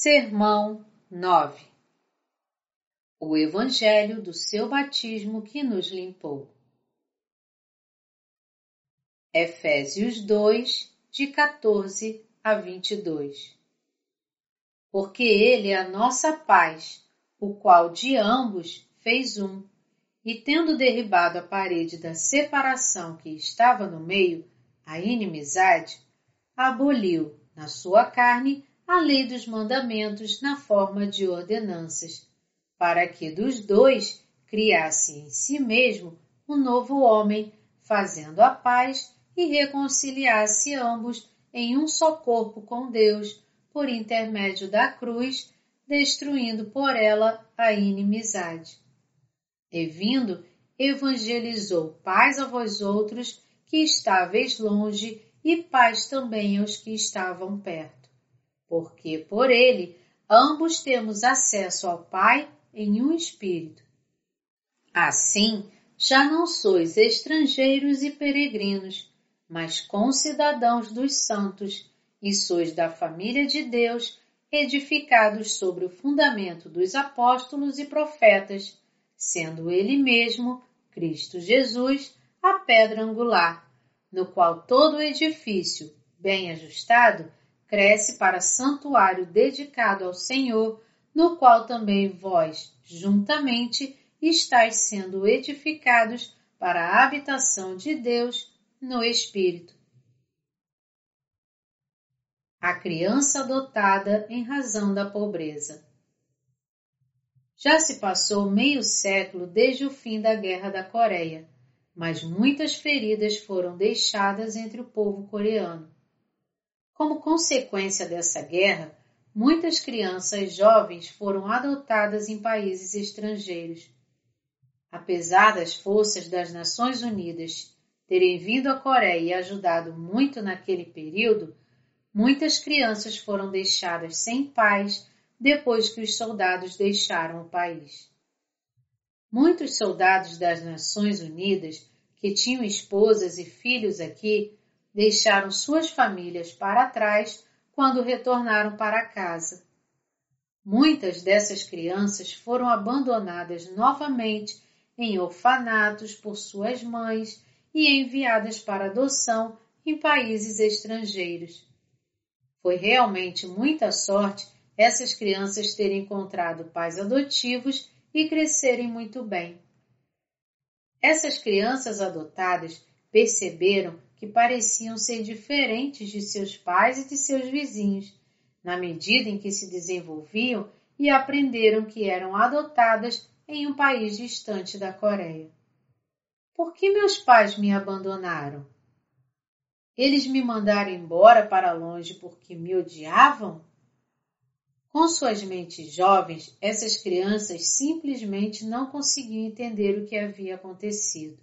Sermão 9. O Evangelho do seu batismo que nos limpou. Efésios 2, de 14 a 22. Porque Ele é a nossa paz, o qual de ambos fez um, e tendo derribado a parede da separação que estava no meio, a inimizade, aboliu, na sua carne, a lei dos mandamentos na forma de ordenanças, para que dos dois criasse em si mesmo um novo homem, fazendo a paz e reconciliasse ambos em um só corpo com Deus, por intermédio da cruz, destruindo por ela a inimizade. E vindo, evangelizou paz a vós outros que estáveis longe e paz também aos que estavam perto. Porque por ele ambos temos acesso ao Pai em um Espírito. Assim, já não sois estrangeiros e peregrinos, mas concidadãos dos santos, e sois da família de Deus, edificados sobre o fundamento dos apóstolos e profetas, sendo ele mesmo, Cristo Jesus, a pedra angular, no qual todo o edifício, bem ajustado, cresce para santuário dedicado ao Senhor, no qual também vós, juntamente, estáis sendo edificados para a habitação de Deus no Espírito. A criança adotada em razão da pobreza. Já se passou meio século desde o fim da Guerra da Coreia, mas muitas feridas foram deixadas entre o povo coreano. Como consequência dessa guerra, muitas crianças jovens foram adotadas em países estrangeiros. Apesar das forças das Nações Unidas terem vindo à Coreia e ajudado muito naquele período, muitas crianças foram deixadas sem pais depois que os soldados deixaram o país. Muitos soldados das Nações Unidas que tinham esposas e filhos aqui deixaram suas famílias para trás quando retornaram para casa. Muitas dessas crianças foram abandonadas novamente em orfanatos por suas mães e enviadas para adoção em países estrangeiros. Foi realmente muita sorte essas crianças terem encontrado pais adotivos e crescerem muito bem. Essas crianças adotadas perceberam que pareciam ser diferentes de seus pais e de seus vizinhos, na medida em que se desenvolviam e aprenderam que eram adotadas em um país distante da Coreia. Por que meus pais me abandonaram? Eles me mandaram embora para longe porque me odiavam? Com suas mentes jovens, essas crianças simplesmente não conseguiam entender o que havia acontecido.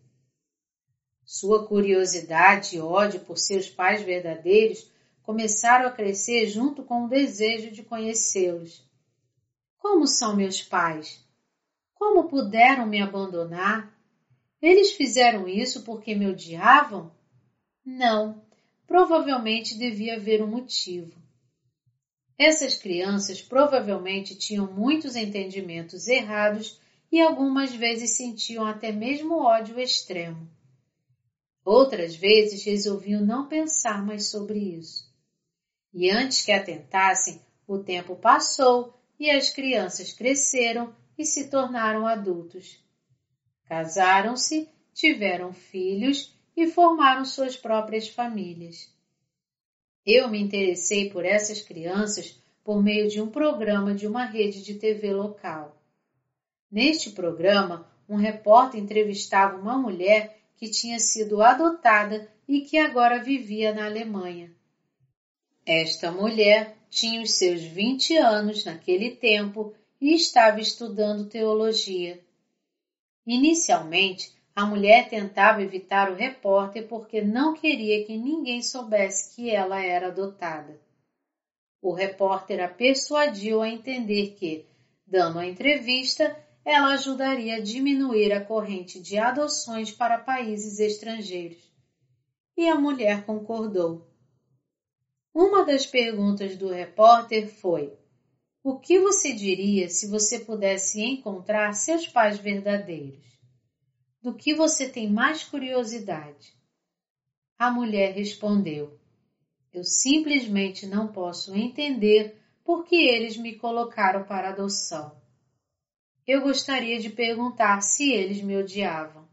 Sua curiosidade e ódio por seus pais verdadeiros começaram a crescer junto com o desejo de conhecê-los. Como são meus pais? Como puderam me abandonar? Eles fizeram isso porque me odiavam? Não, provavelmente devia haver um motivo. Essas crianças provavelmente tinham muitos entendimentos errados e algumas vezes sentiam até mesmo ódio extremo. Outras vezes resolviam não pensar mais sobre isso. E antes que atentassem, o tempo passou e as crianças cresceram e se tornaram adultos. Casaram-se, tiveram filhos e formaram suas próprias famílias. Eu me interessei por essas crianças por meio de um programa de uma rede de TV local. Neste programa, um repórter entrevistava uma mulher que tinha sido adotada e que agora vivia na Alemanha. Esta mulher tinha os seus 20 anos naquele tempo e estava estudando teologia. Inicialmente, a mulher tentava evitar o repórter porque não queria que ninguém soubesse que ela era adotada. O repórter a persuadiu a entender que, dando a entrevista, ela ajudaria a diminuir a corrente de adoções para países estrangeiros. E a mulher concordou. Uma das perguntas do repórter foi: O que você diria se você pudesse encontrar seus pais verdadeiros? Do que você tem mais curiosidade? A mulher respondeu: Eu simplesmente não posso entender por que eles me colocaram para adoção. Eu gostaria de perguntar se eles me odiavam.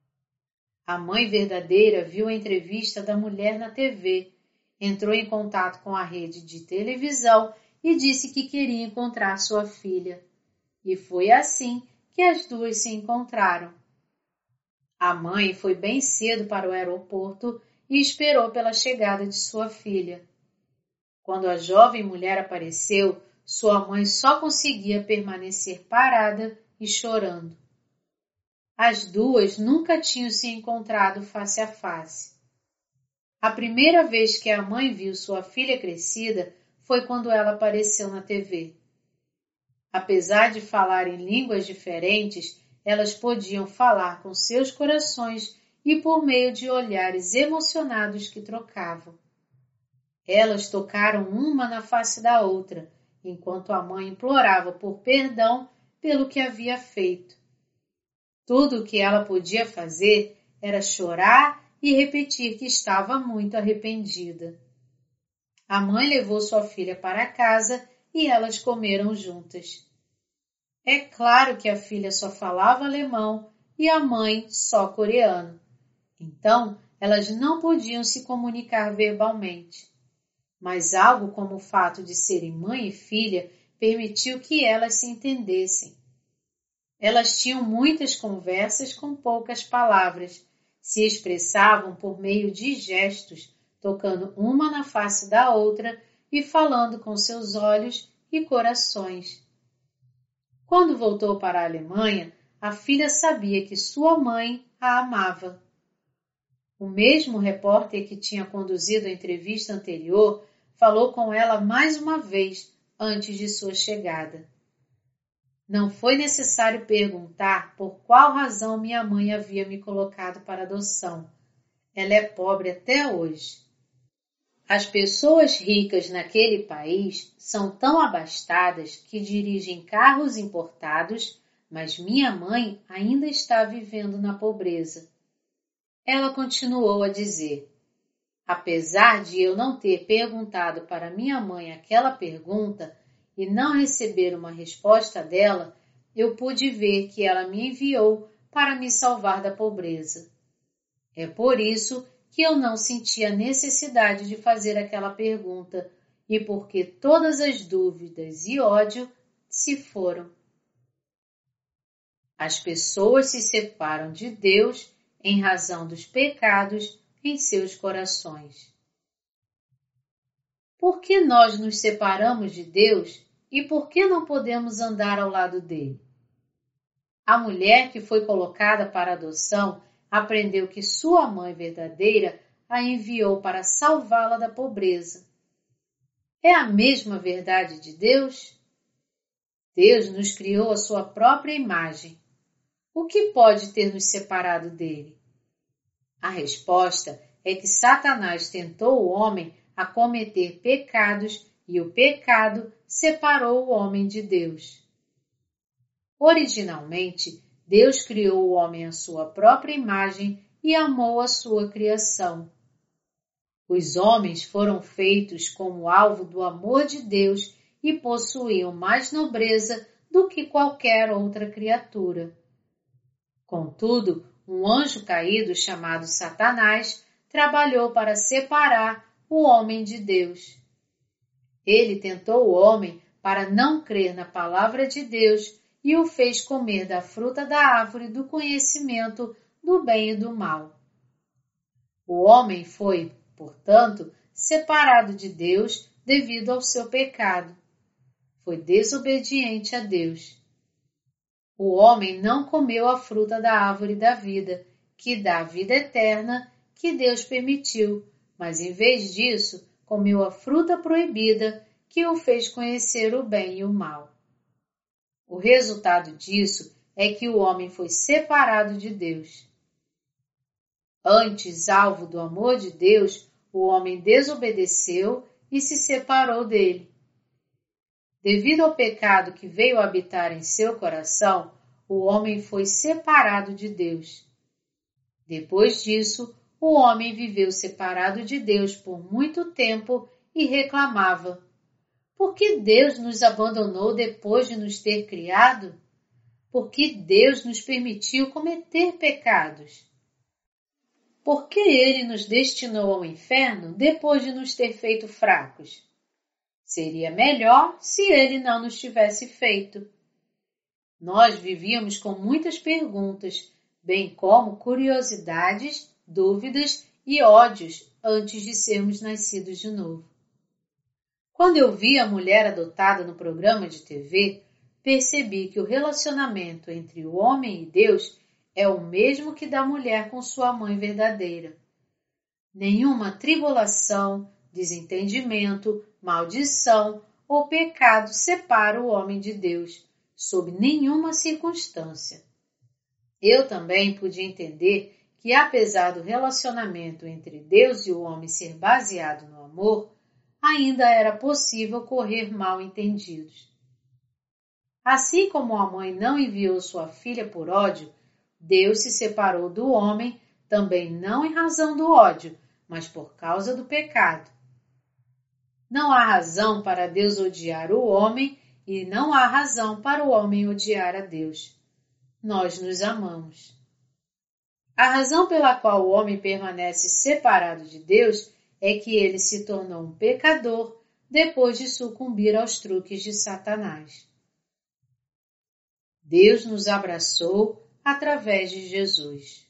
A mãe verdadeira viu a entrevista da mulher na TV, entrou em contato com a rede de televisão e disse que queria encontrar sua filha. E foi assim que as duas se encontraram. A mãe foi bem cedo para o aeroporto e esperou pela chegada de sua filha. Quando a jovem mulher apareceu, sua mãe só conseguia permanecer parada e chorando. As duas nunca tinham se encontrado face a face. A primeira vez que a mãe viu sua filha crescida foi quando ela apareceu na TV. Apesar de falarem línguas diferentes, elas podiam falar com seus corações e por meio de olhares emocionados que trocavam. Elas tocaram uma na face da outra, enquanto a mãe implorava por perdão pelo que havia feito. Tudo o que ela podia fazer era chorar e repetir que estava muito arrependida. A mãe levou sua filha para casa e elas comeram juntas. É claro que a filha só falava alemão e a mãe só coreano. Então, elas não podiam se comunicar verbalmente. Mas algo como o fato de serem mãe e filha permitiu que elas se entendessem. Elas tinham muitas conversas com poucas palavras, se expressavam por meio de gestos, tocando uma na face da outra e falando com seus olhos e corações. Quando voltou para a Alemanha, a filha sabia que sua mãe a amava. O mesmo repórter que tinha conduzido a entrevista anterior falou com ela mais uma vez antes de sua chegada. Não foi necessário perguntar por qual razão minha mãe havia me colocado para adoção. Ela é pobre até hoje. As pessoas ricas naquele país são tão abastadas que dirigem carros importados, mas minha mãe ainda está vivendo na pobreza. Ela continuou a dizer: apesar de eu não ter perguntado para minha mãe aquela pergunta e não receber uma resposta dela, eu pude ver que ela me enviou para me salvar da pobreza. É por isso que eu não senti a necessidade de fazer aquela pergunta e porque todas as dúvidas e ódio se foram. As pessoas se separam de Deus em razão dos pecados em seus corações. Por que nós nos separamos de Deus e por que não podemos andar ao lado dele? A mulher que foi colocada para adoção aprendeu que sua mãe verdadeira a enviou para salvá-la da pobreza. É a mesma verdade de Deus? Deus nos criou à sua própria imagem. O que pode ter nos separado dele? A resposta é que Satanás tentou o homem a cometer pecados e o pecado separou o homem de Deus. Originalmente, Deus criou o homem à sua própria imagem e amou a sua criação. Os homens foram feitos como alvo do amor de Deus e possuíam mais nobreza do que qualquer outra criatura. Contudo, um anjo caído chamado Satanás trabalhou para separar o homem de Deus. Ele tentou o homem para não crer na palavra de Deus e o fez comer da fruta da árvore do conhecimento do bem e do mal. O homem foi, portanto, separado de Deus devido ao seu pecado. Foi desobediente a Deus. O homem não comeu a fruta da árvore da vida, que dá a vida eterna, que Deus permitiu, mas em vez disso, comeu a fruta proibida, que o fez conhecer o bem e o mal. O resultado disso é que o homem foi separado de Deus. Antes, alvo do amor de Deus, o homem desobedeceu e se separou dele. Devido ao pecado que veio habitar em seu coração, o homem foi separado de Deus. Depois disso, o homem viveu separado de Deus por muito tempo e reclamava: por que Deus nos abandonou depois de nos ter criado? Por que Deus nos permitiu cometer pecados? Por que Ele nos destinou ao inferno depois de nos ter feito fracos? Seria melhor se Ele não nos tivesse feito. Nós vivíamos com muitas perguntas, bem como curiosidades, dúvidas e ódios antes de sermos nascidos de novo. Quando eu vi a mulher adotada no programa de TV, percebi que o relacionamento entre o homem e Deus é o mesmo que da mulher com sua mãe verdadeira. Nenhuma tribulação, desentendimento, maldição ou pecado separa o homem de Deus, sob nenhuma circunstância. Eu também pude entender que, apesar do relacionamento entre Deus e o homem ser baseado no amor, ainda era possível correr mal entendidos. Assim como a mãe não enviou sua filha por ódio, Deus se separou do homem também não em razão do ódio, mas por causa do pecado. Não há razão para Deus odiar o homem e não há razão para o homem odiar a Deus. Nós nos amamos. A razão pela qual o homem permanece separado de Deus é que ele se tornou um pecador depois de sucumbir aos truques de Satanás. Deus nos abraçou através de Jesus.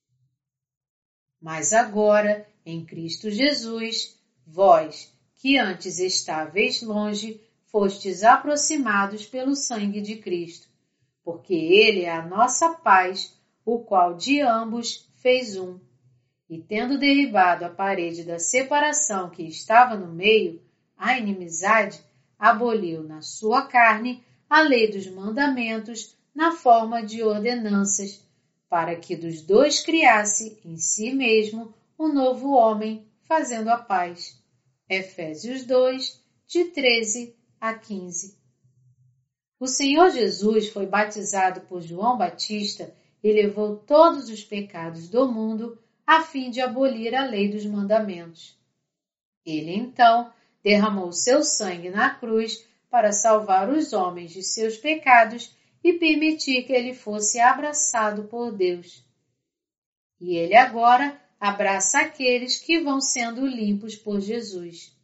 Mas agora, em Cristo Jesus, vós, que antes estáveis longe, fostes aproximados pelo sangue de Cristo, porque Ele é a nossa paz, o qual de ambos fez um. E tendo derribado a parede da separação que estava no meio, a inimizade, aboliu na sua carne a lei dos mandamentos na forma de ordenanças, para que dos dois criasse em si mesmo um novo homem, fazendo a paz. Efésios 2, de 13 a 15. O Senhor Jesus foi batizado por João Batista e levou todos os pecados do mundo a fim de abolir a lei dos mandamentos. Ele, então, derramou seu sangue na cruz para salvar os homens de seus pecados e permitir que ele fosse abraçado por Deus. E ele agora abraça aqueles que vão sendo limpos por Jesus.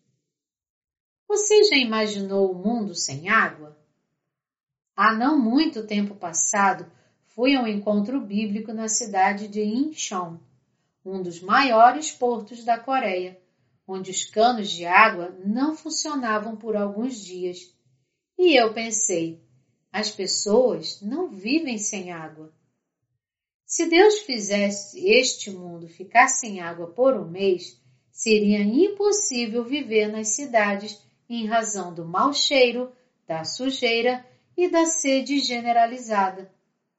Você já imaginou o mundo sem água? Há não muito tempo passado, fui a um encontro bíblico na cidade de Incheon, um dos maiores portos da Coreia, onde os canos de água não funcionavam por alguns dias. E eu pensei, as pessoas não vivem sem água. Se Deus fizesse este mundo ficar sem água por um mês, seria impossível viver nas cidades em razão do mau cheiro, da sujeira e da sede generalizada.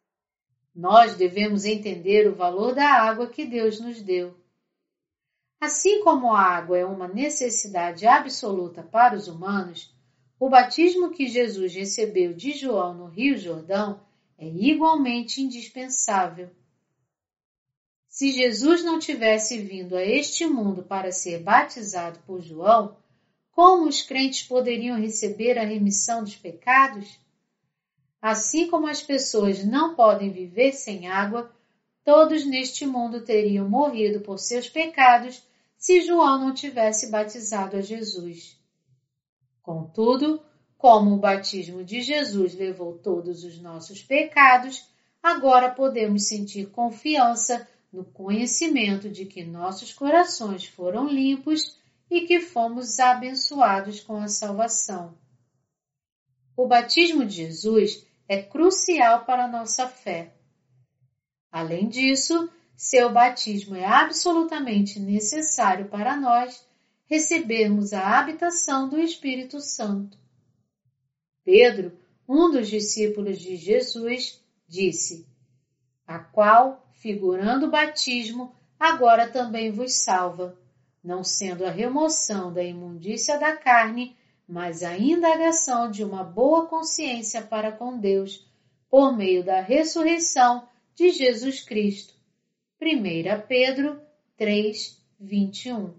Nós devemos entender o valor da água que Deus nos deu. Assim como a água é uma necessidade absoluta para os humanos, o batismo que Jesus recebeu de João no Rio Jordão é igualmente indispensável. Se Jesus não tivesse vindo a este mundo para ser batizado por João, como os crentes poderiam receber a remissão dos pecados? Assim como as pessoas não podem viver sem água, todos neste mundo teriam morrido por seus pecados se João não tivesse batizado a Jesus. Contudo, como o batismo de Jesus levou todos os nossos pecados, agora podemos sentir confiança no conhecimento de que nossos corações foram limpos e que fomos abençoados com a salvação. O batismo de Jesus é crucial para a nossa fé. Além disso, seu batismo é absolutamente necessário para nós recebermos a habitação do Espírito Santo. Pedro, um dos discípulos de Jesus, disse: a qual, figurando o batismo, agora também vos salva, não sendo a remoção da imundícia da carne, mas a indagação de uma boa consciência para com Deus por meio da ressurreição de Jesus Cristo. 1 Pedro 3, 21.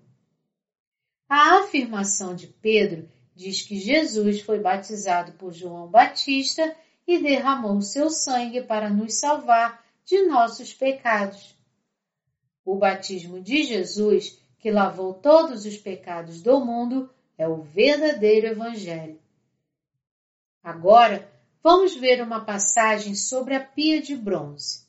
A afirmação de Pedro diz que Jesus foi batizado por João Batista e derramou seu sangue para nos salvar de nossos pecados. O batismo de Jesus, que lavou todos os pecados do mundo, é o verdadeiro Evangelho. Agora, vamos ver uma passagem sobre a pia de bronze.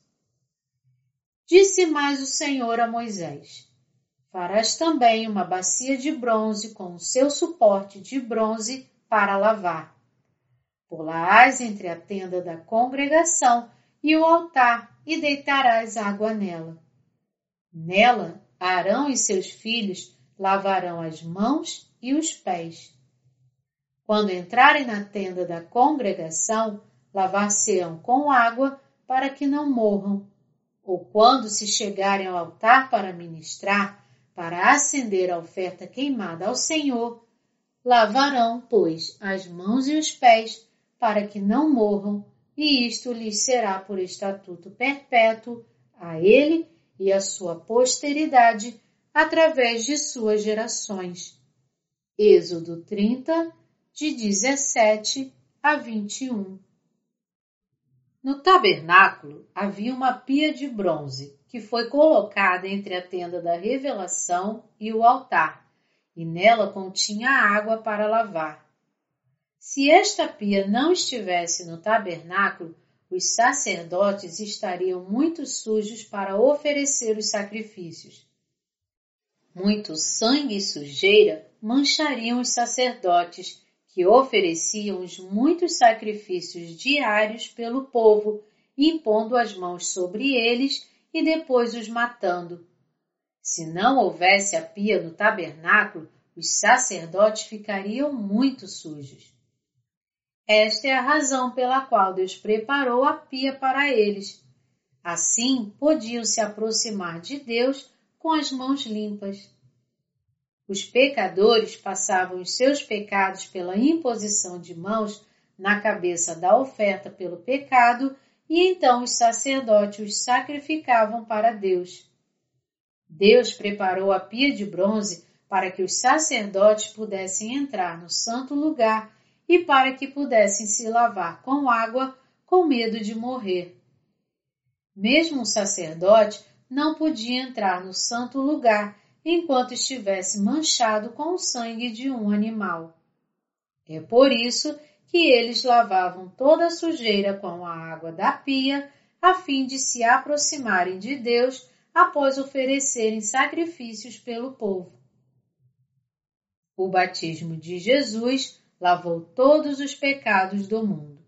Disse mais o Senhor a Moisés: farás também uma bacia de bronze com o seu suporte de bronze para lavar. Pô-la-ás entre a tenda da congregação e o altar e deitarás água nela. Nela, Arão e seus filhos lavarão as mãos e os pés. Quando entrarem na tenda da congregação, lavar-se-ão com água para que não morram. Ou quando se chegarem ao altar para ministrar, para acender a oferta queimada ao Senhor, lavarão, pois, as mãos e os pés, para que não morram, e isto lhes será por estatuto perpétuo a ele e a sua posteridade, através de suas gerações. Êxodo 30, de 17 a 21. No tabernáculo havia uma pia de bronze, que foi colocada entre a tenda da revelação e o altar, e nela continha água para lavar. Se esta pia não estivesse no tabernáculo, os sacerdotes estariam muito sujos para oferecer os sacrifícios. Muito sangue e sujeira manchariam os sacerdotes, que ofereciam os muitos sacrifícios diários pelo povo, impondo as mãos sobre eles e depois os matando. Se não houvesse a pia no tabernáculo, os sacerdotes ficariam muito sujos. Esta é a razão pela qual Deus preparou a pia para eles. Assim, podiam se aproximar de Deus com as mãos limpas. Os pecadores passavam os seus pecados pela imposição de mãos na cabeça da oferta pelo pecado e então os sacerdotes os sacrificavam para Deus. Deus preparou a pia de bronze para que os sacerdotes pudessem entrar no santo lugar e para que pudessem se lavar com água com medo de morrer. Mesmo um sacerdote não podia entrar no santo lugar enquanto estivesse manchado com o sangue de um animal. É por isso que eles lavavam toda a sujeira com a água da pia, a fim de se aproximarem de Deus após oferecerem sacrifícios pelo povo. O batismo de Jesus lavou todos os pecados do mundo.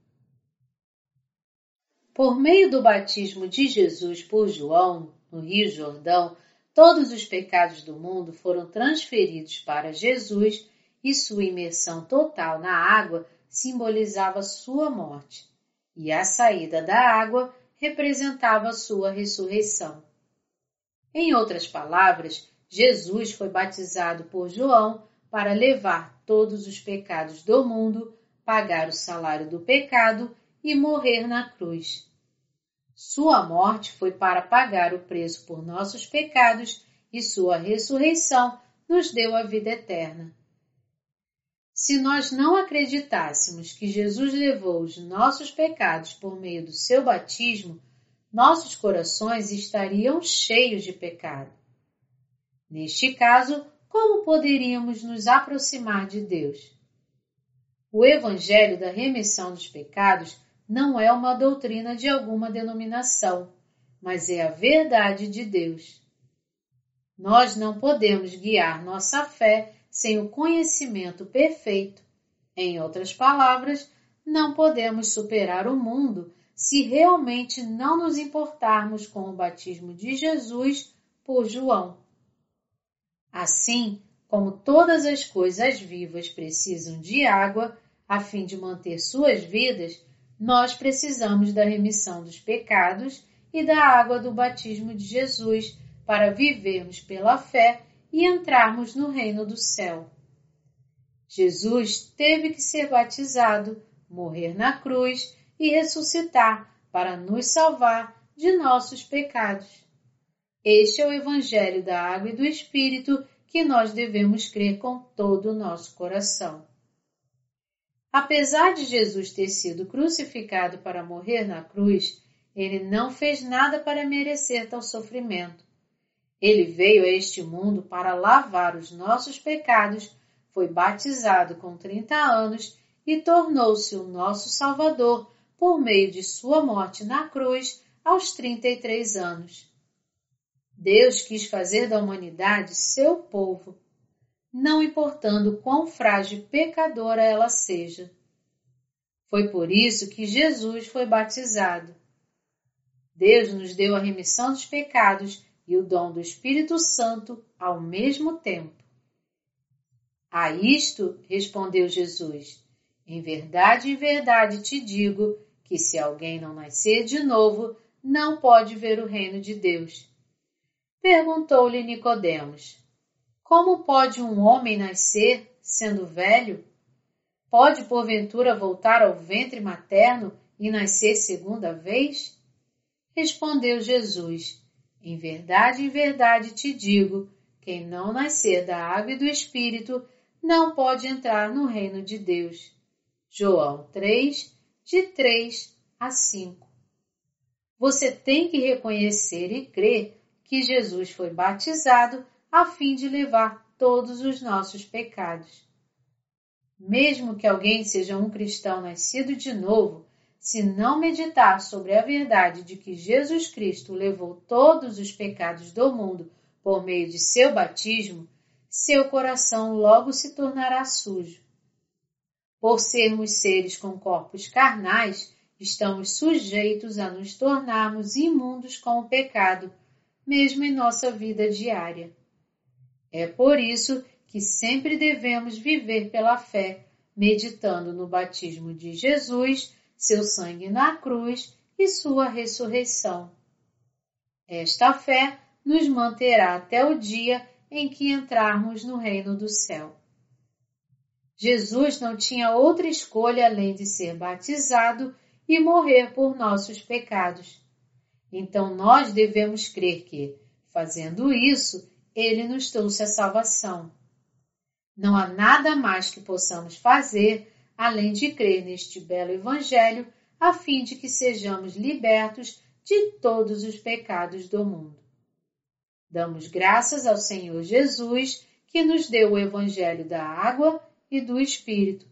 Por meio do batismo de Jesus por João, no Rio Jordão, todos os pecados do mundo foram transferidos para Jesus e sua imersão total na água simbolizava sua morte, e a saída da água representava sua ressurreição. Em outras palavras, Jesus foi batizado por João para levar todos os pecados do mundo, pagar o salário do pecado e morrer na cruz. Sua morte foi para pagar o preço por nossos pecados e sua ressurreição nos deu a vida eterna. Se nós não acreditássemos que Jesus levou os nossos pecados por meio do seu batismo, nossos corações estariam cheios de pecado. Neste caso, como poderíamos nos aproximar de Deus? O Evangelho da remissão dos pecados não é uma doutrina de alguma denominação, mas é a verdade de Deus. Nós não podemos guiar nossa fé sem o conhecimento perfeito. Em outras palavras, não podemos superar o mundo se realmente não nos importarmos com o batismo de Jesus por João. Assim, como todas as coisas vivas precisam de água a fim de manter suas vidas, nós precisamos da remissão dos pecados e da água do batismo de Jesus para vivermos pela fé e entrarmos no reino do céu. Jesus teve que ser batizado, morrer na cruz e ressuscitar para nos salvar de nossos pecados. Este é o Evangelho da Água e do Espírito que nós devemos crer com todo o nosso coração. Apesar de Jesus ter sido crucificado para morrer na cruz, ele não fez nada para merecer tal sofrimento. Ele veio a este mundo para lavar os nossos pecados, foi batizado com 30 anos e tornou-se o nosso Salvador por meio de sua morte na cruz aos 33 anos. Deus quis fazer da humanidade seu povo, não importando quão frágil e pecadora ela seja. Foi por isso que Jesus foi batizado. Deus nos deu a remissão dos pecados e o dom do Espírito Santo ao mesmo tempo. A isto, respondeu Jesus, em verdade te digo que se alguém não nascer de novo, não pode ver o reino de Deus. Perguntou-lhe Nicodemos, como pode um homem nascer, sendo velho? Pode, porventura, voltar ao ventre materno e nascer segunda vez? Respondeu Jesus, em verdade te digo, quem não nascer da água e do Espírito não pode entrar no reino de Deus. João 3, de 3 a 5. Você tem que reconhecer e crer que Jesus foi batizado a fim de levar todos os nossos pecados. Mesmo que alguém seja um cristão nascido de novo, se não meditar sobre a verdade de que Jesus Cristo levou todos os pecados do mundo por meio de seu batismo, seu coração logo se tornará sujo. Por sermos seres com corpos carnais, estamos sujeitos a nos tornarmos imundos com o pecado, mesmo em nossa vida diária. É por isso que sempre devemos viver pela fé, meditando no batismo de Jesus, seu sangue na cruz e sua ressurreição. Esta fé nos manterá até o dia em que entrarmos no reino do céu. Jesus não tinha outra escolha além de ser batizado e morrer por nossos pecados. Então nós devemos crer que, fazendo isso, ele nos trouxe a salvação. Não há nada mais que possamos fazer além de crer neste belo Evangelho, a fim de que sejamos libertos de todos os pecados do mundo. Damos graças ao Senhor Jesus, que nos deu o Evangelho da água e do Espírito.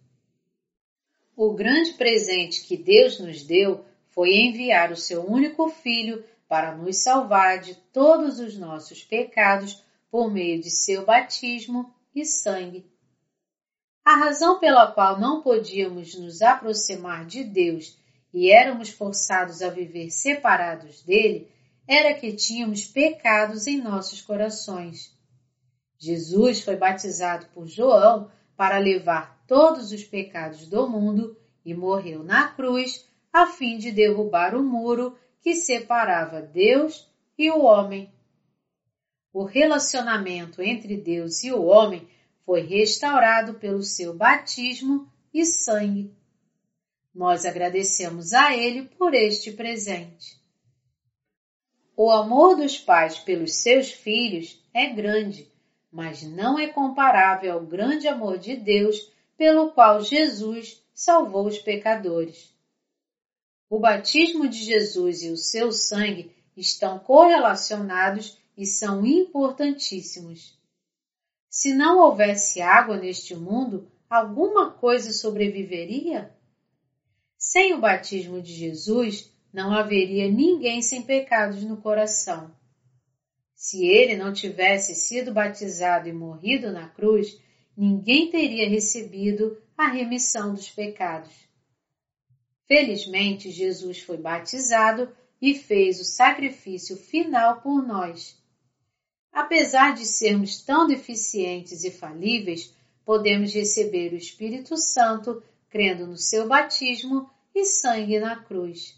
O grande presente que Deus nos deu foi enviar o seu único Filho para nos salvar de todos os nossos pecados por meio de seu batismo e sangue. A razão pela qual não podíamos nos aproximar de Deus e éramos forçados a viver separados dele era que tínhamos pecados em nossos corações. Jesus foi batizado por João para levar todos os pecados do mundo e morreu na cruz a fim de derrubar o muro que separava Deus e o homem. O relacionamento entre Deus e o homem foi restaurado pelo seu batismo e sangue. Nós agradecemos a Ele por este presente. O amor dos pais pelos seus filhos é grande, mas não é comparável ao grande amor de Deus pelo qual Jesus salvou os pecadores. O batismo de Jesus e o seu sangue estão correlacionados e são importantíssimos. Se não houvesse água neste mundo, alguma coisa sobreviveria? Sem o batismo de Jesus, não haveria ninguém sem pecados no coração. Se ele não tivesse sido batizado e morrido na cruz, ninguém teria recebido a remissão dos pecados. Felizmente, Jesus foi batizado e fez o sacrifício final por nós. Apesar de sermos tão deficientes e falíveis, podemos receber o Espírito Santo crendo no seu batismo e sangue na cruz.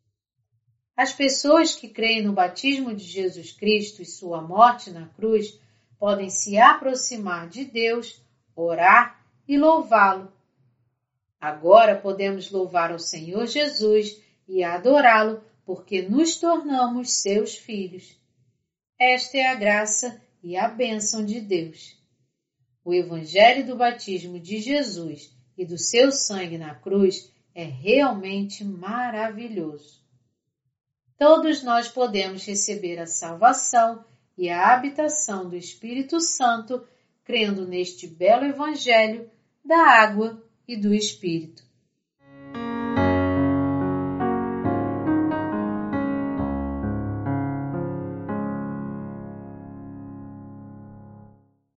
As pessoas que creem no batismo de Jesus Cristo e sua morte na cruz podem se aproximar de Deus, orar e louvá-lo. Agora podemos louvar ao Senhor Jesus e adorá-lo porque nos tornamos seus filhos. Esta é a graça e a bênção de Deus. O Evangelho do batismo de Jesus e do seu sangue na cruz é realmente maravilhoso. Todos nós podemos receber a salvação e a habitação do Espírito Santo crendo neste belo Evangelho da água e do Espírito.